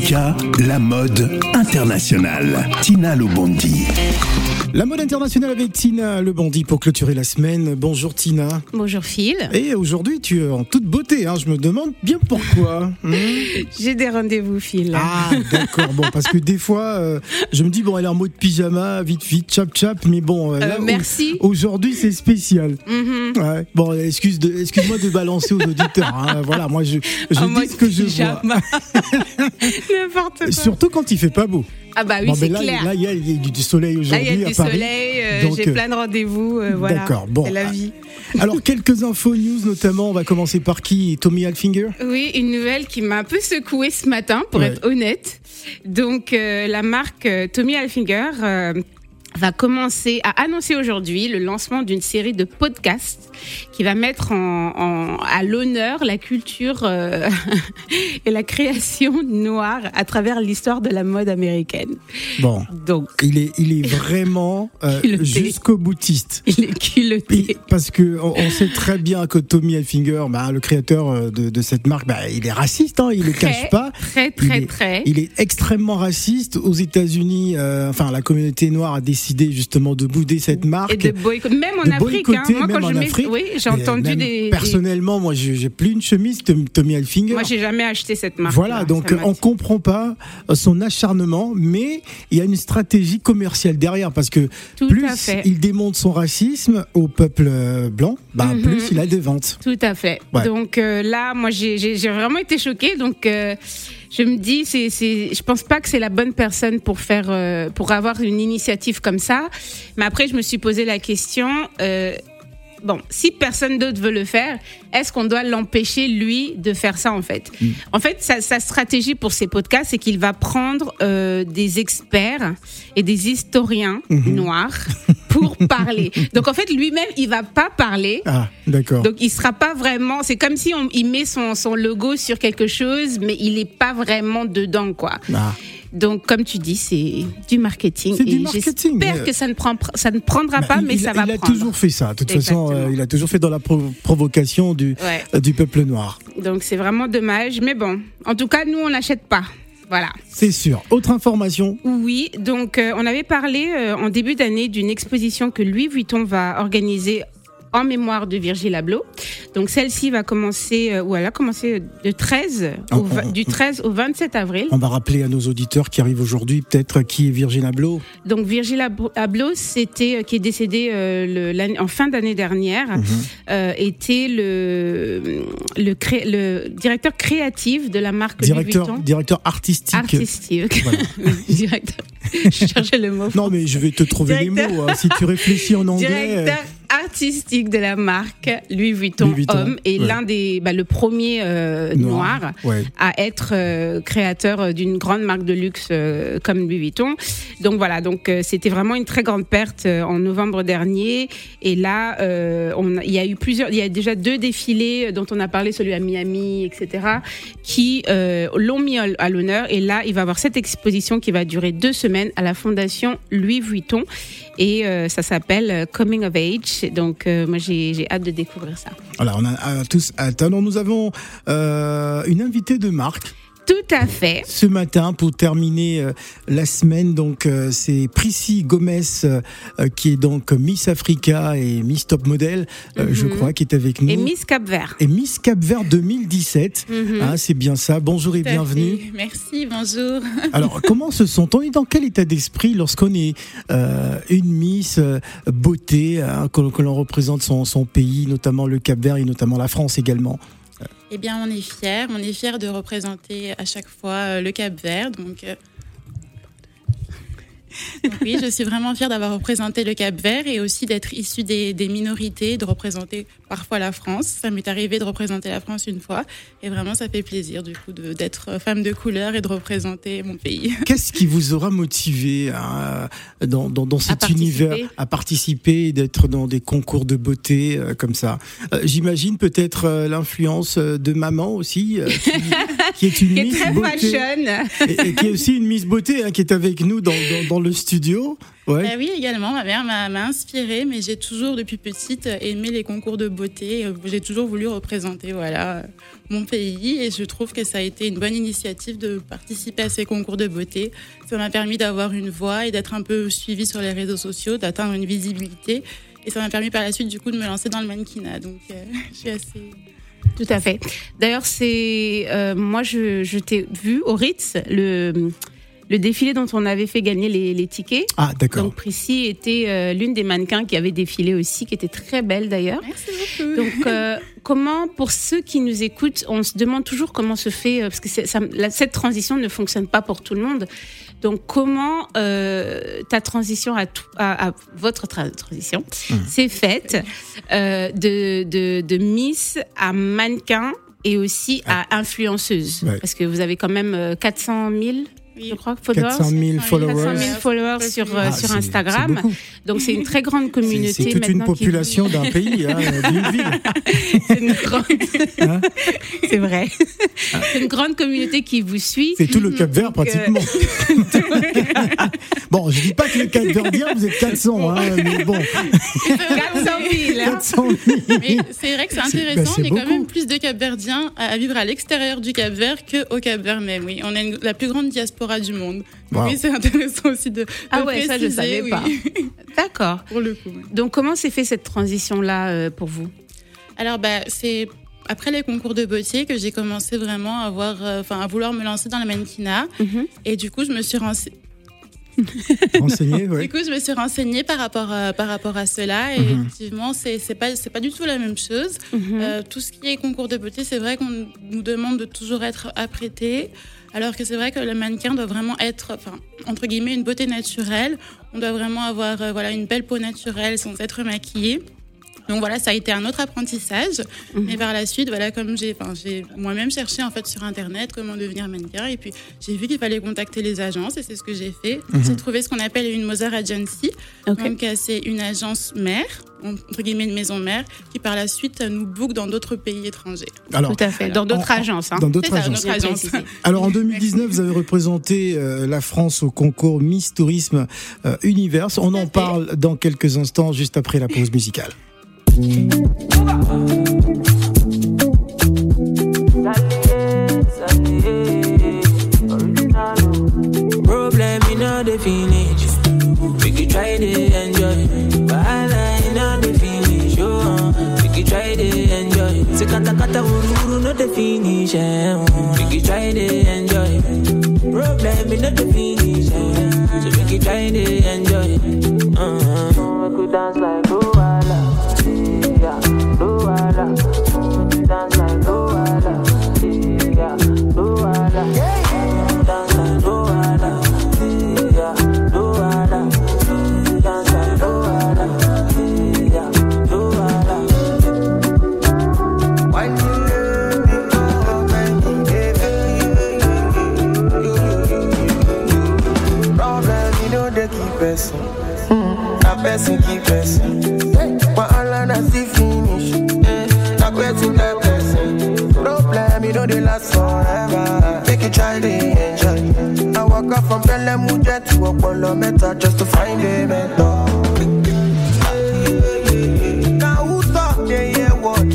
Africa, la mode internationale. Tina Lobondi. La mode internationale avec Tina Lobondi pour clôturer la semaine. Bonjour Tina. Bonjour Phil. Et aujourd'hui tu es en toute beauté, je me demande bien pourquoi. J'ai des rendez-vous Phil. Ah d'accord, bon parce que des fois je me dis elle est en mode pyjama, vite, chap, mais bon. Là, merci. Aujourd'hui c'est spécial. Ouais. Bon excuse-moi de balancer aux auditeurs. Voilà, moi je dis ce que je vois. N'importe quoi. Surtout quand il fait pas beau. Ah bah oui, c'est clair. Là, il y a du soleil aujourd'hui. Là, il y a du Paris. soleil, j'ai plein de rendez-vous. Voilà, d'accord, bon. C'est la vie. Alors, quelques infos news, notamment, on va commencer par qui? Tommy Hilfiger? Oui, une nouvelle qui m'a un peu secouée ce matin, pour être honnête. Donc, la marque Tommy Hilfiger va commencer à annoncer aujourd'hui le lancement d'une série de podcasts qui va mettre à l'honneur la culture et la création noire à travers l'histoire de la mode américaine. Bon, donc il est vraiment jusqu'au boutiste. Il est culotté. Parce que on sait très bien que Tommy Hilfiger, le créateur de cette marque, il est raciste, il le cache pas. Très. Il est extrêmement raciste. Aux États-Unis, la communauté noire a décidé justement de bouder cette marque. Et de boycotter, même en Afrique. Moi, quand je mets, oui, j'ai entendu personnellement, moi, j'ai plus une chemise Tommy Hilfiger. Moi, j'ai jamais acheté cette marque. Voilà, donc on comprend pas son acharnement, mais il y a une stratégie commerciale derrière, parce que plus il démontre son racisme au peuple blanc, plus il a des ventes. Tout à fait. Ouais. Donc là, moi, j'ai vraiment été choquée. Donc je me dis, je pense pas que c'est la bonne personne pour avoir une initiative comme ça. Mais après, je me suis posé la question. Si personne d'autre veut le faire, est-ce qu'on doit l'empêcher, lui, de faire ça, en fait? En fait, sa stratégie pour ces podcasts, c'est qu'il va prendre des experts et des historiens noirs pour parler. Donc, en fait, lui-même, il va pas parler. Ah, d'accord. Donc, il sera pas vraiment... C'est comme si il met son logo sur quelque chose, mais il est pas vraiment dedans, quoi. Ah. Donc, comme tu dis, c'est du marketing. C'est du marketing. J'espère que ça ne prendra pas, mais ça va prendre. Il a toujours fait ça. De toute façon, il a toujours fait dans la provocation du peuple noir. Donc, c'est vraiment dommage. Mais bon, en tout cas, nous, on n'achète pas. Voilà. C'est sûr. Autre information? Oui, donc on avait parlé en début d'année d'une exposition que Louis Vuitton va organiser en mémoire de Virgil Abloh. Donc celle-ci va commencer, elle a commencé du 13 au 27 avril. On va rappeler à nos auditeurs qui arrivent aujourd'hui peut-être qui est Virgil Abloh. Donc Virgil Abloh, qui est décédé en fin d'année dernière, était le directeur créatif de la marque Louis Vuitton. Directeur artistique. Voilà. Directeur. Je cherchais le mot. Non, mais je vais te trouver les mots. Si tu réfléchis en anglais. Directeur artistique de la marque Louis Vuitton Homme et l'un des le premier noir à être créateur d'une grande marque de luxe comme Louis Vuitton. Donc voilà, c'était vraiment une très grande perte en novembre dernier. Et là, il y a déjà 2 défilés dont on a parlé, celui à Miami, etc., qui l'ont mis à l'honneur. Et là, il va y avoir cette exposition qui va durer 2 semaines à la Fondation Louis Vuitton. Et ça s'appelle Coming of Age. Donc, moi, j'ai hâte de découvrir ça. Alors, on a tous hâte. Alors, nous avons une invitée de marque. Tout à fait. Ce matin, pour terminer la semaine, donc c'est Prissy Gomez qui est donc Miss Africa et Miss Top Model, je crois, qui est avec nous. Et Miss Cap-Vert. Et Miss Cap-Vert 2017. C'est bien ça. Bonjour et bienvenue. Merci, bonjour. Alors, comment se sent-on? Et dans quel état d'esprit lorsqu'on est une Miss beauté, que l'on représente son pays, notamment le Cap-Vert et notamment la France également? Eh bien, on est fiers de représenter à chaque fois le Cap-Vert. Donc oui, je suis vraiment fière d'avoir représenté le Cap-Vert et aussi d'être issue des minorités, de représenter parfois la France. Ça m'est arrivé de représenter la France une fois et vraiment ça fait plaisir du coup d'être femme de couleur et de représenter mon pays. Qu'est-ce qui vous aura motivé dans cet univers à participer et d'être dans des concours de beauté comme ça? J'imagine peut-être l'influence de maman aussi qui est une Miss très Beauté. fashion. Et qui est aussi une Miss Beauté, qui est avec nous dans le studio. Ouais. Oui, également, ma mère m'a inspirée, mais j'ai toujours, depuis petite, aimé les concours de beauté. J'ai toujours voulu représenter mon pays et je trouve que ça a été une bonne initiative de participer à ces concours de beauté. Ça m'a permis d'avoir une voix et d'être un peu suivie sur les réseaux sociaux, d'atteindre une visibilité. Et ça m'a permis par la suite, du coup, de me lancer dans le mannequinat. Donc, je suis assez... Tout à fait. D'ailleurs, moi, je t'ai vu au Ritz, le défilé dont on avait fait gagner les tickets. Ah, d'accord. Donc, Prissy était l'une des mannequins qui avait défilé aussi, qui était très belle d'ailleurs. Merci beaucoup. Donc, comment, pour ceux qui nous écoutent, on se demande toujours comment se fait, parce que cette transition ne fonctionne pas pour tout le monde. Donc, comment ta transition votre transition s'est faite de Miss à mannequin et aussi à influenceuse, parce que vous avez quand même 400 000. Oui, je crois, 400 000 followers. 400 000 followers sur Instagram. Donc, c'est une très grande communauté. C'est toute une population d'un pays, d'une ville. C'est une grande... C'est vrai. C'est une grande communauté qui vous suit. C'est tout le Cap-Vert, pratiquement. Bon, je dis pas que le Cap-Verdien, vous êtes 400, mais bon. 400 000. 400 000. Mais c'est vrai que c'est intéressant. On est quand même plus de Cap-Verdiens à vivre à l'extérieur du Cap-Vert qu'au Cap-Vert même. Oui, on a la plus grande diaspora du monde. Wow. Oui, c'est intéressant aussi de préciser. Ça, je savais pas. D'accord. Pour le coup. Oui. Donc, comment s'est fait cette transition-là pour vous? Alors, c'est après les concours de beauté que j'ai commencé vraiment à vouloir me lancer dans le mannequinat. Et du coup, je me suis renseignée. Ouais. Du coup, je me suis renseignée par rapport à cela. Et effectivement, c'est pas du tout la même chose. Tout ce qui est concours de beauté, c'est vrai qu'on nous demande de toujours être apprêté. Alors que c'est vrai que le mannequin doit vraiment être, entre guillemets, une beauté naturelle. On doit vraiment avoir une belle peau naturelle sans être maquillé. Donc voilà, ça a été un autre apprentissage. Mais par la suite, comme j'ai moi-même cherché en fait sur Internet comment devenir mannequin. Et puis j'ai vu qu'il fallait contacter les agences et c'est ce que j'ai fait. J'ai trouvé ce qu'on appelle une Mother Agency. Okay. Donc c'est une agence mère, entre guillemets une maison mère, qui par la suite nous book dans d'autres pays étrangers. Alors, tout à fait, dans d'autres agences. Dans d'autres agences. Alors en 2019, vous avez représenté la France au concours Miss Tourisme Universe. On en parle dans quelques instants, juste après la pause musicale. Problem in all the finish. We could try to enjoy. Wahala in all the finish. We could try to enjoy. Se kata kata wuru no the finish. We could try to enjoy. Problem in all the finish. So we could try to enjoy. We could dance like Luala. Yeah, Luala. We could dance like Luala. Yeah, Luala. Dance like Luala. Yeah, Luala. Dance like Luala. Yeah, Luala. Why you let me go, problem, you know they keep pressing. That person keep pressing. But all I see finish. That person keep pressing. Problem, you know they last forever. Make you try to enjoy. I walk up from Bella Mujet to Apollo Meta just to find a mentor. Now who talk they hear what?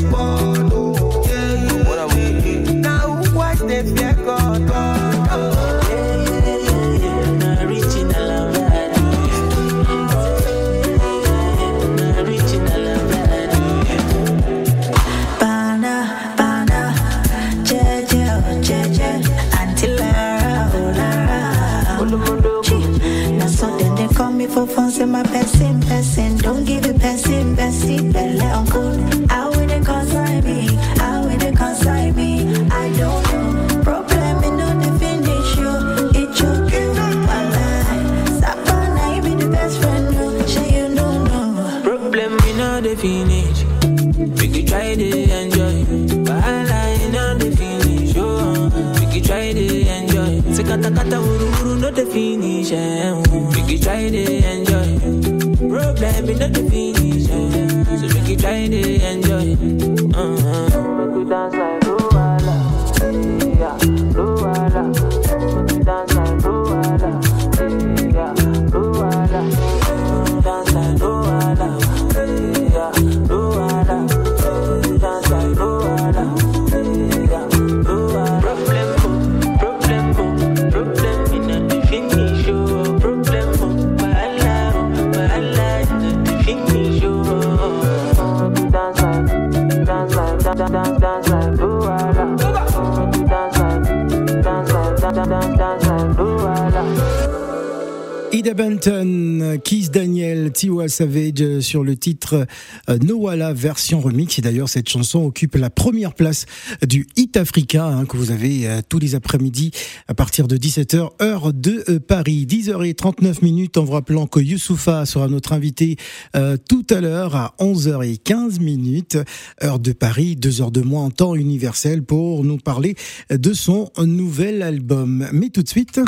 Now who watch they fear God? For my person, don't give it person, better uncle. How will it consign me? How will it consign me? I don't know. Problem in the finish you. It took you my life. Sapana, I be the best friend. No, say you don't know. Problem in the finish. We could try to enjoy. Wahala in the finish. We could try to enjoy. Se kata kata wuru no the finish. We could try to enjoy. Problem in the finish, so we keep trying to enjoy. We could dance like Luala, yeah. Ida Benton, Kiss Daniel, Tiwa Savage sur le titre Nowala version remix. Et d'ailleurs, cette chanson occupe la première place du Hit Africa que vous avez tous les après-midi à partir de 17h, heure de Paris. 10h39 en vous rappelant que Youssoupha sera notre invité tout à l'heure à 11h15, heure de Paris, 2 heures de moins en temps universel pour nous parler de son nouvel album. Mais tout de suite...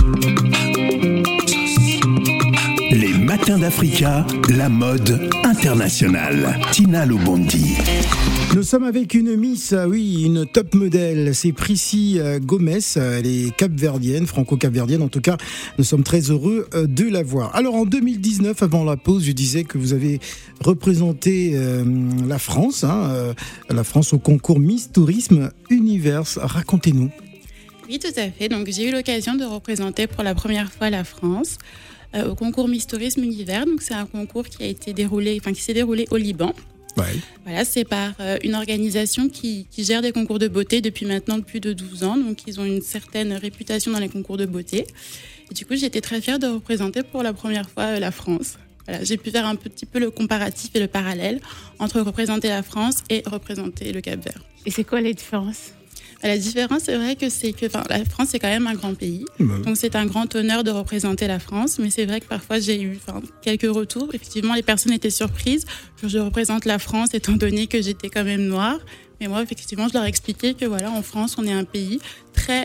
Les matins d'Africa, la mode internationale. Tina Lobondi. Nous sommes avec une Miss, une top modèle. C'est Prissy Gomez. Elle est capverdienne, franco-capverdienne. En tout cas, nous sommes très heureux de la voir. Alors, en 2019, avant la pause, je disais que vous avez représenté la France au concours Miss Tourisme Univers. Racontez-nous. Oui, tout à fait. Donc, j'ai eu l'occasion de représenter pour la première fois la France. Au concours Miss Tourisme Univers. Donc, c'est un concours qui s'est déroulé au Liban. Ouais. Voilà, c'est par une organisation qui gère des concours de beauté depuis maintenant plus de 12 ans. Donc, ils ont une certaine réputation dans les concours de beauté. Et du coup, j'étais très fière de représenter pour la première fois la France. Voilà, j'ai pu faire un petit peu le comparatif et le parallèle entre représenter la France et représenter le Cap-Vert. Et c'est quoi les différences ? La différence, c'est vrai que la France, c'est quand même un grand pays. Donc, c'est un grand honneur de représenter la France. Mais c'est vrai que parfois, j'ai eu quelques retours. Effectivement, les personnes étaient surprises que je représente la France, étant donné que j'étais quand même noire. Mais moi, effectivement, je leur expliquais que voilà, en France, on est un pays très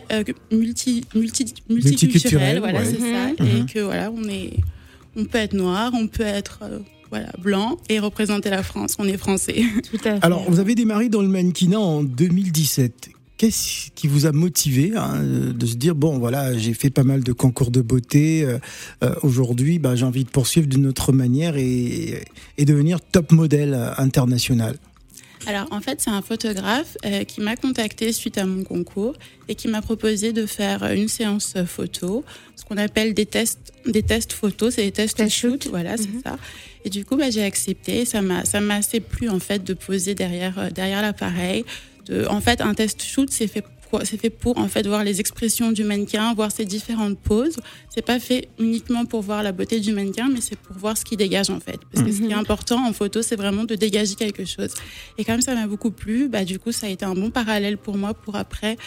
multiculturel. Voilà, c'est ça. Et que voilà, on peut être noir, on peut être blanc et représenter la France. On est français. Tout à fait. Alors, vous avez démarré dans le mannequinat en 2017. Qu'est-ce qui vous a motivé de se dire, j'ai fait pas mal de concours de beauté, aujourd'hui j'ai envie de poursuivre d'une autre manière et devenir top modèle international? Alors en fait, c'est un photographe qui m'a contacté suite à mon concours et qui m'a proposé de faire une séance photo, ce qu'on appelle des tests photos, c'est des tests shoot, voilà, c'est ça. Et du coup, j'ai accepté, ça m'a assez plu en fait de poser derrière l'appareil. En fait, un test shoot, c'est fait pour en fait voir les expressions du mannequin, voir ses différentes poses. C'est pas fait uniquement pour voir la beauté du mannequin, mais c'est pour voir ce qu'il dégage en fait. Parce que ce qui est important en photo, c'est vraiment de dégager quelque chose. Et comme ça m'a beaucoup plu, du coup, ça a été un bon parallèle pour moi pour après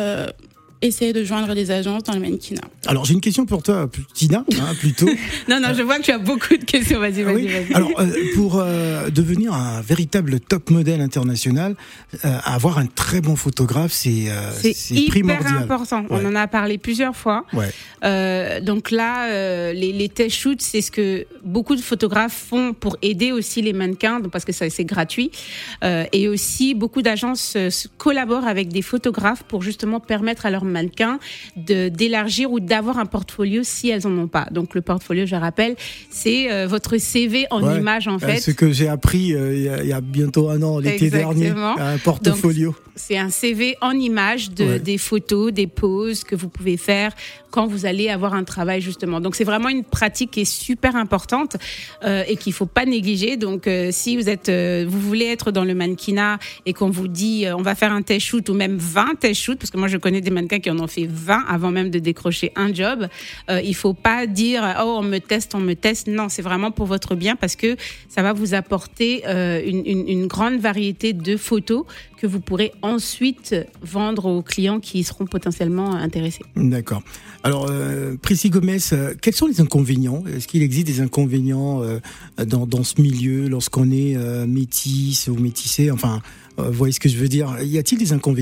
essayer de joindre des agences dans le mannequinat. Alors, j'ai une question pour toi, Tina, plutôt. non, je vois que tu as beaucoup de questions. Vas-y. Alors, pour devenir un véritable top modèle international, avoir un très bon photographe, c'est primordial. Hyper important. Ouais. On en a parlé plusieurs fois. Ouais. Donc là, les test shoots, c'est ce que beaucoup de photographes font pour aider aussi les mannequins, parce que c'est gratuit. Et aussi, beaucoup d'agences collaborent avec des photographes pour justement permettre à leurs mannequins d'élargir ou d'avoir un portfolio si elles en ont pas. Donc le portfolio, je rappelle, c'est votre CV en image en fait. Ce que j'ai appris il y a bientôt un an, l'été dernier, un portfolio. Donc, c'est un CV en image des photos, des poses que vous pouvez faire quand vous allez avoir un travail justement. Donc c'est vraiment une pratique qui est super importante et qu'il faut pas négliger. Donc si vous voulez être dans le mannequinat et qu'on vous dit on va faire un test shoot ou même 20 test shoots, parce que moi je connais des mannequins qui en ont fait 20 avant même de décrocher un job, il faut pas dire on me teste. Non, c'est vraiment pour votre bien parce que ça va vous apporter une grande variété de photos que vous pourrez ensuite vendre aux clients qui seront potentiellement intéressés. D'accord. Alors, Prissy Gomez, quels sont les inconvénients ? Est-ce qu'il existe des inconvénients dans ce milieu lorsqu'on est métisse ou métissé ? Enfin, vous voyez ce que je veux dire ? Y a-t-il des inconvénients ?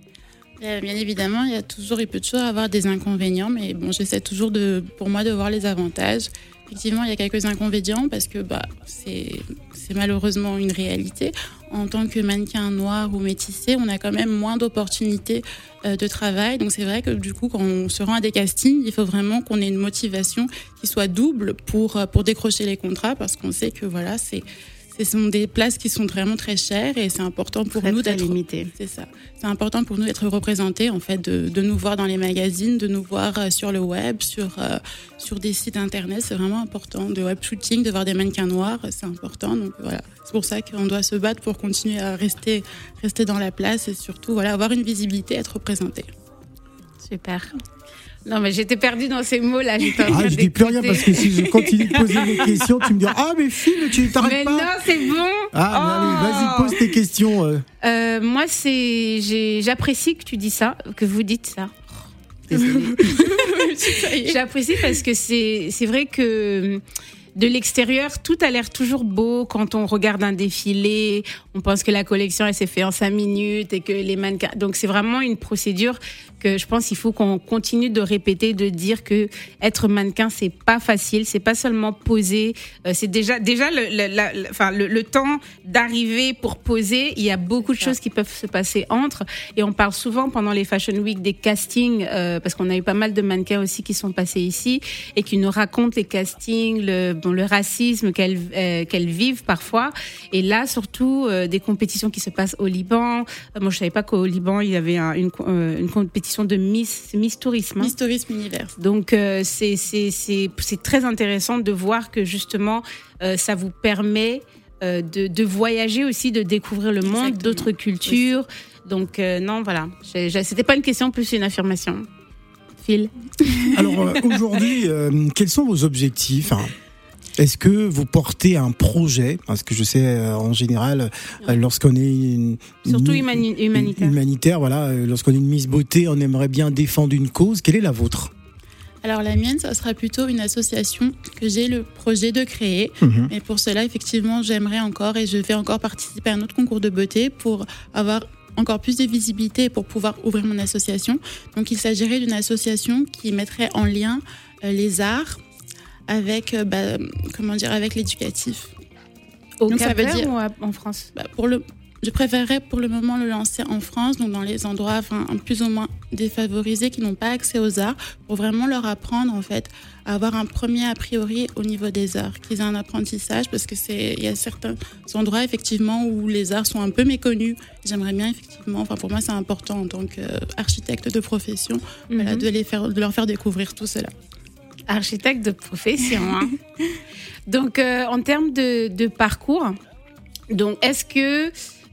Bien évidemment, il peut toujours avoir des inconvénients, mais j'essaie toujours pour moi de voir les avantages. Effectivement, il y a quelques inconvénients parce que c'est malheureusement une réalité. En tant que mannequin noir ou métissé, on a quand même moins d'opportunités de travail. Donc c'est vrai que du coup, quand on se rend à des castings, il faut vraiment qu'on ait une motivation qui soit double pour décrocher les contrats, parce qu'on sait que voilà, ce sont des places qui sont vraiment très chères et c'est important pour nous d'être limité. C'est ça. C'est important pour nous d'être représentés, en fait, de nous voir dans les magazines, de nous voir sur le web, sur des sites internet. C'est vraiment important. De web shooting, de voir des mannequins noirs, c'est important. Donc voilà, c'est pour ça qu'on doit se battre pour continuer à rester dans la place et surtout avoir une visibilité, être représenté. Super. Non, mais j'étais perdue dans ces mots-là. Je dis plus rien parce que si je continue de poser mes questions, tu me dis mais Phil, tu t'arrêtes pas. Mais non, c'est bon. Allez, vas-y, pose tes questions. Moi, j'apprécie que tu dis ça, que vous dites ça. Désolée. J'apprécie parce que c'est vrai que de l'extérieur, tout a l'air toujours beau. Quand on regarde un défilé, on pense que la collection elle s'est faite en 5 minutes et que les mannequins. Donc c'est vraiment une procédure que je pense qu'il faut qu'on continue de répéter, de dire que être mannequin c'est pas facile, c'est pas seulement poser. C'est déjà le temps d'arriver pour poser. Il y a beaucoup de choses qui peuvent se passer entre. Et on parle souvent pendant les Fashion Week des castings parce qu'on a eu pas mal de mannequins aussi qui sont passés ici et qui nous racontent les castings, le racisme qu'elles vivent parfois. Et là, surtout, des compétitions qui se passent au Liban. Moi, je savais pas qu'au Liban, il y avait une compétition de Miss Tourisme. Miss Tourisme Univers. Donc, c'est très intéressant de voir que, justement, ça vous permet de voyager aussi, de découvrir le monde, d'autres cultures. Oui. Donc, non, voilà. C'était pas une question, plus une affirmation. Phil. Alors, aujourd'hui, quels sont vos objectifs ? Est-ce que vous portez un projet ? Parce que je sais, en général, lorsqu'on est surtout humanitaire, voilà, lorsqu'on est une Miss Beauté, on aimerait bien défendre une cause. Quelle est la vôtre ? Alors la mienne, ça sera plutôt une association que j'ai le projet de créer. Et pour cela, effectivement, j'aimerais encore et je vais encore participer à un autre concours de beauté pour avoir encore plus de visibilité pour pouvoir ouvrir mon association. Donc il s'agirait d'une association qui mettrait en lien les arts avec avec l'éducatif. Au Cap-Vert ou en France ? Je préférerais pour le moment le lancer en France, donc dans les endroits plus ou moins défavorisés qui n'ont pas accès aux arts, pour vraiment leur apprendre en fait à avoir un premier a priori au niveau des arts, qu'ils aient un apprentissage, parce que il y a certains endroits effectivement où les arts sont un peu méconnus. J'aimerais bien effectivement, pour moi c'est important en tant qu'architecte de profession, de leur faire découvrir tout cela. Architecte de profession. Donc, en termes de parcours, donc est-ce que,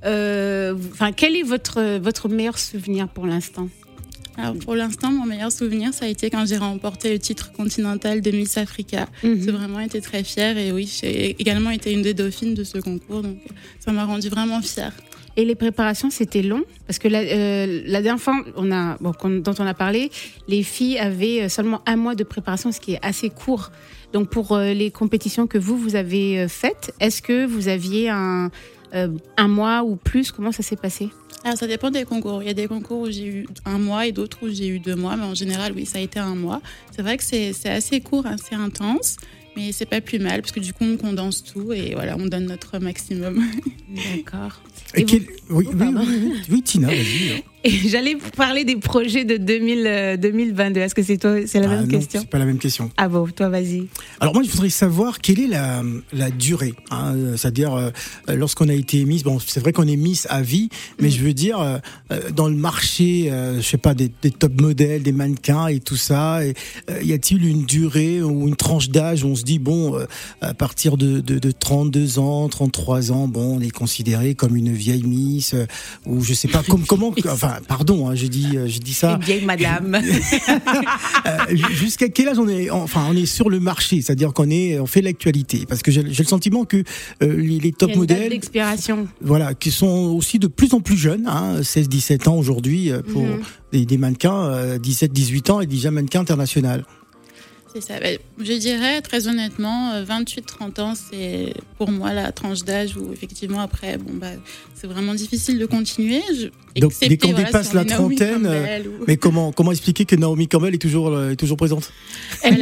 quel est votre meilleur souvenir pour l'instant ? Alors pour l'instant, mon meilleur souvenir, ça a été quand j'ai remporté le titre continental de Miss Africa. J'ai vraiment été très fière et oui, j'ai également été une des dauphines de ce concours, donc ça m'a rendue vraiment fière. Et les préparations, c'était long ? Parce que la dernière fois dont on a parlé, les filles avaient seulement 1 mois de préparation, ce qui est assez court. Donc pour les compétitions que vous avez faites, est-ce que vous aviez un mois ou plus ? Comment ça s'est passé ? Alors ça dépend des concours. Il y a des concours où j'ai eu 1 mois et d'autres où j'ai eu 2 mois. Mais en général, oui, ça a été 1 mois. C'est vrai que c'est assez court, assez intense. Mais c'est pas plus mal, parce que du coup, on condense tout et voilà, on donne notre maximum. D'accord. Oui, Tina, vas-y. Et j'allais vous parler des projets de 2022. Est-ce que c'est la même question ? Non, c'est pas la même question. Ah bon, toi, vas-y. Alors moi, je voudrais savoir quelle est la durée. C'est-à-dire, lorsqu'on a été Miss, c'est vrai qu'on est Miss à vie, mais je veux dire, dans le marché, je sais pas, des top modèles, des mannequins et tout ça, y a-t-il une durée ou une tranche d'âge où on se dit, à partir de 32 ans, 33 ans, on est considéré comme une vieille Miss, ou je sais pas, comment... Pardon, je dis ça. Une vieille madame. Jusqu'à quel âge on est sur le marché, c'est-à-dire on fait l'actualité, parce que j'ai le sentiment que les top modèles, date d'expiration. Voilà, qui sont aussi de plus en plus jeunes, 16-17 ans aujourd'hui pour des mannequins, 17-18 ans et déjà mannequins internationaux. C'est ça. Je dirais très honnêtement, 28-30 ans, c'est pour moi la tranche d'âge où effectivement après, c'est vraiment difficile de continuer. Donc dès qu'on dépasse la trentaine, mais comment expliquer que Naomi Campbell est toujours présente ? Elle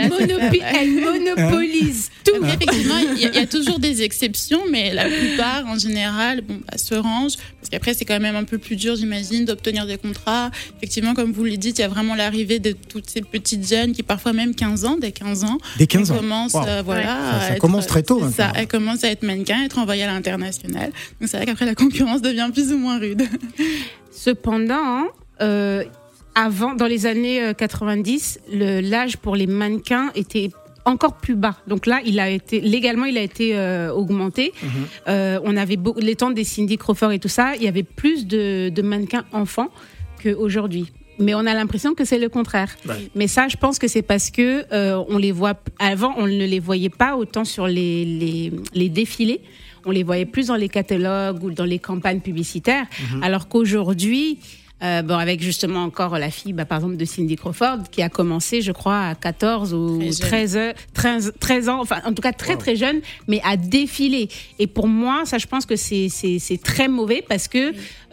monopolise tout. Effectivement, il y a toujours des exceptions, mais la plupart, en général, se rangent. Parce qu'après, c'est quand même un peu plus dur, j'imagine, d'obtenir des contrats. Effectivement, comme vous le dites, il y a vraiment l'arrivée de toutes ces petites jeunes qui, parfois même 15 ans, dès 15 ans. Dès 15 ans. Commencent, ça commence très tôt. Ça, elles commencent à être mannequins, à être envoyées à l'international. Donc c'est vrai qu'après, la concurrence devient plus ou moins rude. Cependant, avant, dans les années 90, l'âge pour les mannequins était encore plus bas. Donc là, il a été augmenté. On avait les temps des Cindy Crawford et tout ça. Il y avait plus de mannequins enfants qu'aujourd'hui. mais on a l'impression que c'est le contraire. Ouais. Mais ça, je pense que c'est parce que on les voit avant, on ne les voyait pas autant sur les défilés. On les voyait plus dans les catalogues ou dans les campagnes publicitaires, alors qu'aujourd'hui, avec justement encore la fille, par exemple, de Cindy Crawford, qui a commencé, je crois, à 14 ou 13 ans, enfin, en tout cas très jeune, mais à défiler. Et pour moi, ça, je pense que c'est très mauvais parce que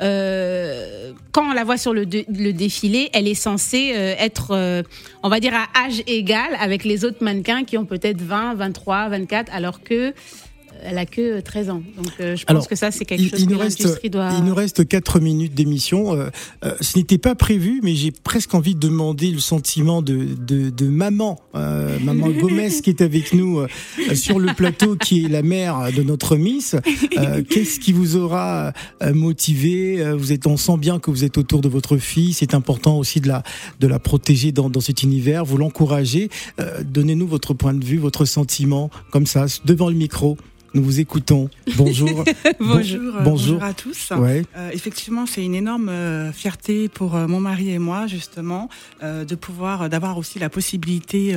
quand on la voit sur le défilé, elle est censée être, on va dire, à âge égal avec les autres mannequins qui ont peut-être 20, 23, 24, alors que elle a que 13 ans. Donc, je pense que ça, c'est quelque chose que l'industrie doit... Il nous reste 4 minutes d'émission. Ce n'était pas prévu, mais j'ai presque envie de demander le sentiment de maman, maman Gomez, qui est avec nous sur le plateau, qui est la mère de notre Miss. Qu'est-ce qui vous aura motivé ? On sent bien que vous êtes autour de votre fille. C'est important aussi de la protéger dans cet univers. Vous l'encouragez. Donnez-nous votre point de vue, votre sentiment, comme ça, devant le micro. Nous vous écoutons. Bonjour. Bonjour à tous. Ouais. Effectivement, c'est une énorme fierté pour mon mari et moi, justement, d'avoir aussi la possibilité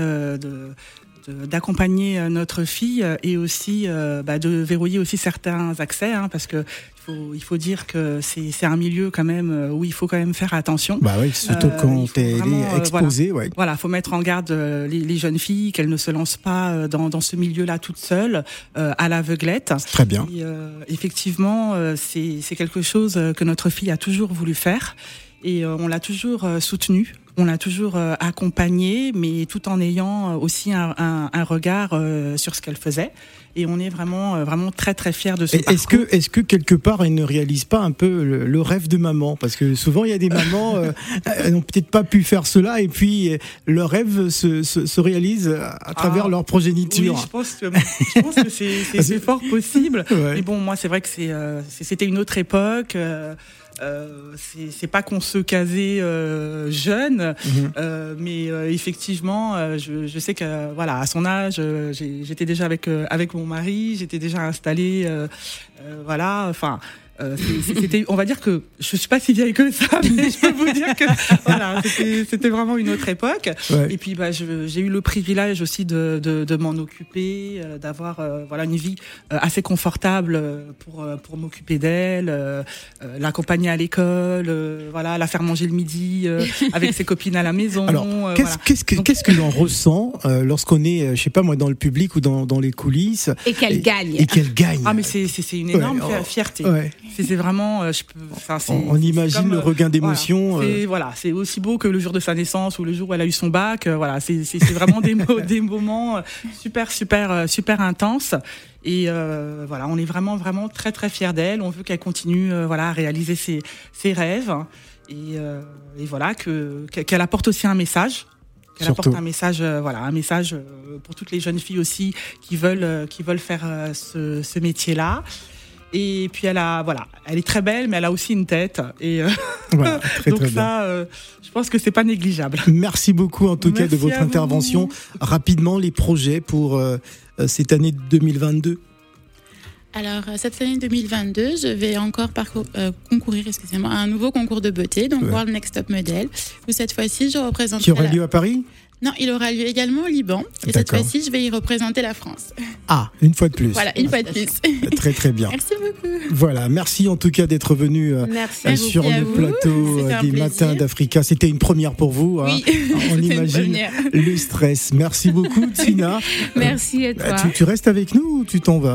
d'accompagner notre fille et aussi de verrouiller aussi certains accès, parce que il faut dire que c'est un milieu quand même où il faut quand même faire attention. Bah oui, surtout quand elle est exposée. Voilà, faut mettre en garde les jeunes filles, qu'elles ne se lancent pas dans ce milieu-là toutes seules, à l'aveuglette. Très bien. Et, effectivement, c'est quelque chose que notre fille a toujours voulu faire et on l'a toujours soutenue. On l'a toujours accompagnée, mais tout en ayant aussi un regard sur ce qu'elle faisait. Et on est vraiment très très fiers de ce parcours. Est-ce que quelque part elle ne réalise pas un peu le rêve de maman ? Parce que souvent il y a des mamans, elles n'ont peut-être pas pu faire cela, et puis leur rêve se réalise à travers leur progéniture. Oui, je pense que c'est fort possible. Ouais. Mais bon, moi c'est vrai que c'était une autre époque. C'est pas qu'on se casait jeune, mais effectivement, je sais que à son âge, j'étais déjà avec mon mari, j'étais déjà installée, on va dire que je suis pas si vieille que ça, mais je peux vous dire que c'était vraiment une autre époque. Ouais. Et puis j'ai eu le privilège aussi de m'en occuper, d'avoir une vie assez confortable pour m'occuper d'elle, l'accompagner à l'école, la faire manger le midi avec ses copines à la maison. Alors, qu'est-ce que l'on ressent lorsqu'on est, je sais pas moi, dans le public ou dans les coulisses et qu'elle gagne. Ah mais c'est une énorme fierté. Ouais. C'est vraiment, on imagine le regain d'émotion. C'est aussi beau que le jour de sa naissance ou le jour où elle a eu son bac. C'est vraiment des moments super intenses. Et on est vraiment très très fiers d'elle. On veut qu'elle continue à réaliser ses rêves et qu'elle apporte aussi un message. Qu'elle apporte un message, pour toutes les jeunes filles aussi qui veulent faire ce métier-là. Et puis elle est très belle, mais elle a aussi une tête. Et très, donc très ça, je pense que c'est pas négligeable. Merci beaucoup en tout cas de votre intervention. Rapidement, les projets pour cette année 2022. Alors, cette année 2022, je vais encore concourir à un nouveau concours de beauté, donc World Next Top Model, où cette fois-ci, je représenterai... Qui aura lieu à Paris ? Non, il aura lieu également au Liban. Et cette fois-ci, je vais y représenter la France. Ah, une fois de plus. Voilà, une fois de plus. Très, très bien. Merci beaucoup. Voilà, merci en tout cas d'être venu sur le plateau des Matins d'Africa. C'était une première pour vous. Oui, on imagine le stress. Merci beaucoup, Tina. Merci à toi. Tu restes avec nous ou tu t'en vas ?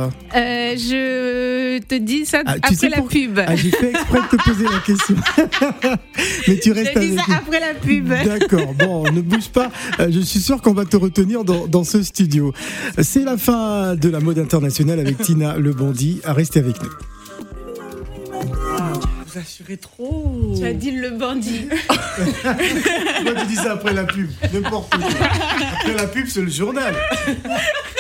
Je te dis ça après la pub. J'ai fait exprès de te poser la question. Mais tu restes avec nous. Je dis ça après la pub. D'accord, bon, ne bouge pas. Je suis sûr qu'on va te retenir dans ce studio. C'est la fin de la mode internationale avec Tina Le Bandit. Restez avec nous. Vous assurez trop. Tu as dit Le Bandit. Moi, tu dis ça après la pub. N'importe quoi. Après la pub, c'est le journal.